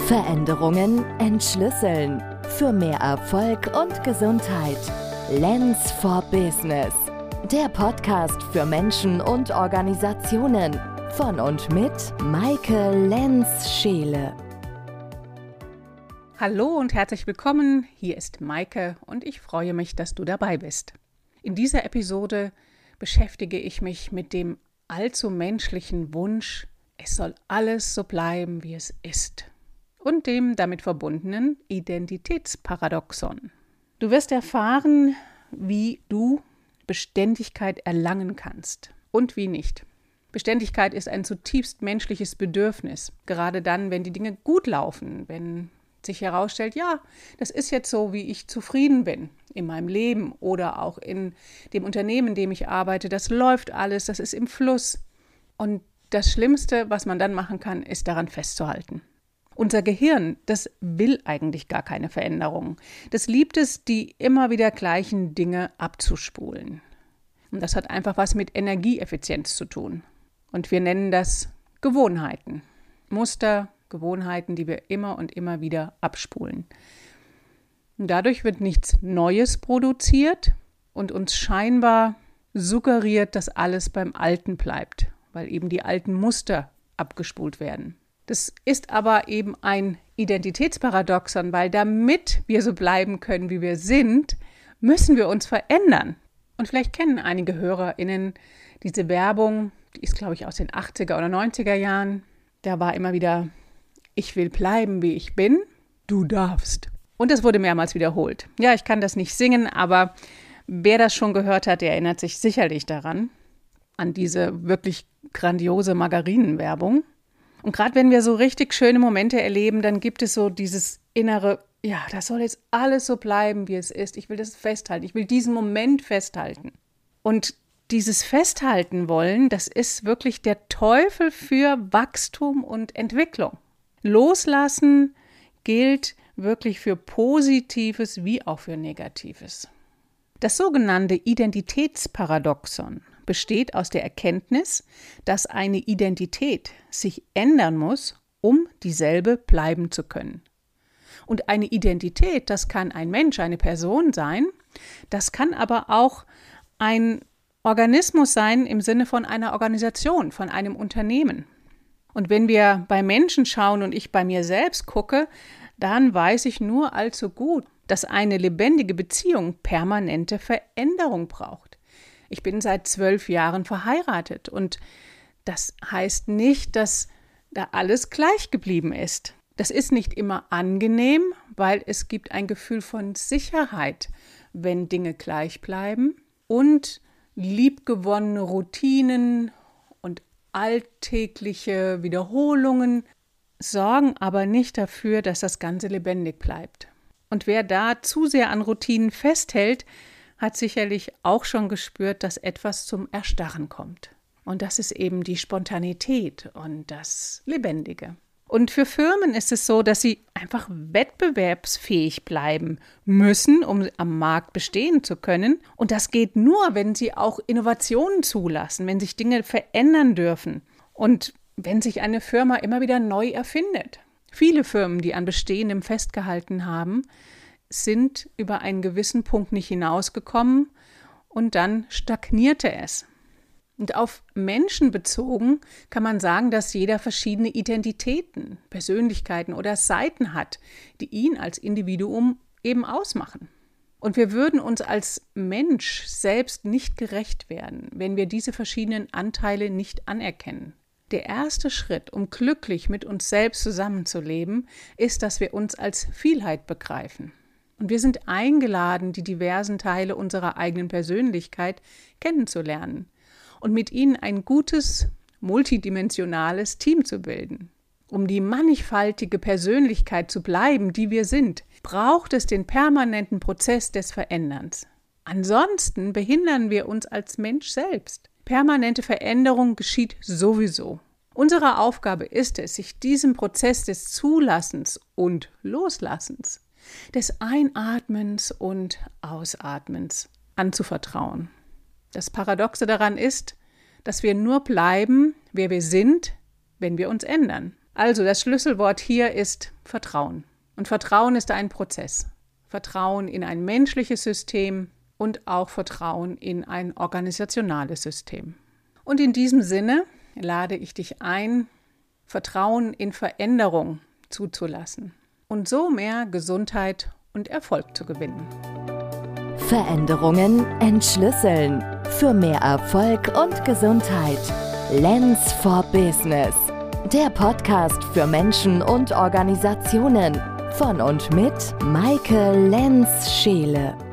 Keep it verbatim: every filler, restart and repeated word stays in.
Veränderungen entschlüsseln. Für mehr Erfolg und Gesundheit. Lens for Business. Der Podcast für Menschen und Organisationen. Von und mit Maike Lenz-Scheele. Hallo und herzlich willkommen. Hier ist Maike und ich freue mich, dass du dabei bist. In dieser Episode beschäftige ich mich mit dem allzu menschlichen Wunsch, es soll alles so bleiben, wie es ist. Und dem damit verbundenen Identitätsparadoxon. Du wirst erfahren, wie du Beständigkeit erlangen kannst und wie nicht. Beständigkeit ist ein zutiefst menschliches Bedürfnis, gerade dann, wenn die Dinge gut laufen, wenn sich herausstellt, ja, das ist jetzt so, wie ich zufrieden bin in meinem Leben oder auch in dem Unternehmen, in dem ich arbeite. Das läuft alles, das ist im Fluss. Und das Schlimmste, was man dann machen kann, ist daran festzuhalten. Unser Gehirn, das will eigentlich gar keine Veränderung. Das liebt es, die immer wieder gleichen Dinge abzuspulen. Und das hat einfach was mit Energieeffizienz zu tun. Und wir nennen das Gewohnheiten. Muster, Gewohnheiten, die wir immer und immer wieder abspulen. Und dadurch wird nichts Neues produziert und uns scheinbar suggeriert, dass alles beim Alten bleibt, weil eben die alten Muster abgespult werden. Das ist aber eben ein Identitätsparadoxon, weil damit wir so bleiben können, wie wir sind, müssen wir uns verändern. Und vielleicht kennen einige HörerInnen diese Werbung, die ist, glaube ich, aus den achtziger oder neunziger Jahren. Da war immer wieder, ich will bleiben, wie ich bin, du darfst. Und das wurde mehrmals wiederholt. Ja, ich kann das nicht singen, aber wer das schon gehört hat, der erinnert sich sicherlich daran, an diese wirklich grandiose Margarinenwerbung. Und gerade wenn wir so richtig schöne Momente erleben, dann gibt es so dieses innere, ja, das soll jetzt alles so bleiben, wie es ist. Ich will das festhalten. Ich will diesen Moment festhalten. Und dieses Festhalten wollen, das ist wirklich der Teufel für Wachstum und Entwicklung. Loslassen gilt wirklich für Positives wie auch für Negatives. Das sogenannte Identitätsparadoxon besteht aus der Erkenntnis, dass eine Identität sich ändern muss, um dieselbe bleiben zu können. Und eine Identität, das kann ein Mensch, eine Person sein, das kann aber auch ein Organismus sein im Sinne von einer Organisation, von einem Unternehmen. Und wenn wir bei Menschen schauen und ich bei mir selbst gucke, dann weiß ich nur allzu gut, dass eine lebendige Beziehung permanente Veränderung braucht. Ich bin seit zwölf Jahren verheiratet und das heißt nicht, dass da alles gleich geblieben ist. Das ist nicht immer angenehm, weil es gibt ein Gefühl von Sicherheit, wenn Dinge gleich bleiben und liebgewonnene Routinen und alltägliche Wiederholungen sorgen aber nicht dafür, dass das Ganze lebendig bleibt. Und wer da zu sehr an Routinen festhält, hat sicherlich auch schon gespürt, dass etwas zum Erstarren kommt. Und das ist eben die Spontanität und das Lebendige. Und für Firmen ist es so, dass sie einfach wettbewerbsfähig bleiben müssen, um am Markt bestehen zu können. Und das geht nur, wenn sie auch Innovationen zulassen, wenn sich Dinge verändern dürfen und wenn sich eine Firma immer wieder neu erfindet. Viele Firmen, die an Bestehendem festgehalten haben, sind über einen gewissen Punkt nicht hinausgekommen und dann stagnierte es. Und auf Menschen bezogen kann man sagen, dass jeder verschiedene Identitäten, Persönlichkeiten oder Seiten hat, die ihn als Individuum eben ausmachen. Und wir würden uns als Mensch selbst nicht gerecht werden, wenn wir diese verschiedenen Anteile nicht anerkennen. Der erste Schritt, um glücklich mit uns selbst zusammenzuleben, ist, dass wir uns als Vielheit begreifen. Und wir sind eingeladen, die diversen Teile unserer eigenen Persönlichkeit kennenzulernen und mit ihnen ein gutes, multidimensionales Team zu bilden. Um die mannigfaltige Persönlichkeit zu bleiben, die wir sind, braucht es den permanenten Prozess des Veränderns. Ansonsten behindern wir uns als Mensch selbst. Permanente Veränderung geschieht sowieso. Unsere Aufgabe ist es, sich diesem Prozess des Zulassens und Loslassens, des Einatmens und Ausatmens anzuvertrauen. Das Paradoxe daran ist, dass wir nur bleiben, wer wir sind, wenn wir uns ändern. Also das Schlüsselwort hier ist Vertrauen. Und Vertrauen ist ein Prozess. Vertrauen in ein menschliches System und auch Vertrauen in ein organisationales System. Und in diesem Sinne lade ich dich ein, Vertrauen in Veränderung zuzulassen und so mehr Gesundheit und Erfolg zu gewinnen. Veränderungen entschlüsseln. Für mehr Erfolg und Gesundheit. Lens for Business. Der Podcast für Menschen und Organisationen. Von und mit Maike Lenz-Scheele.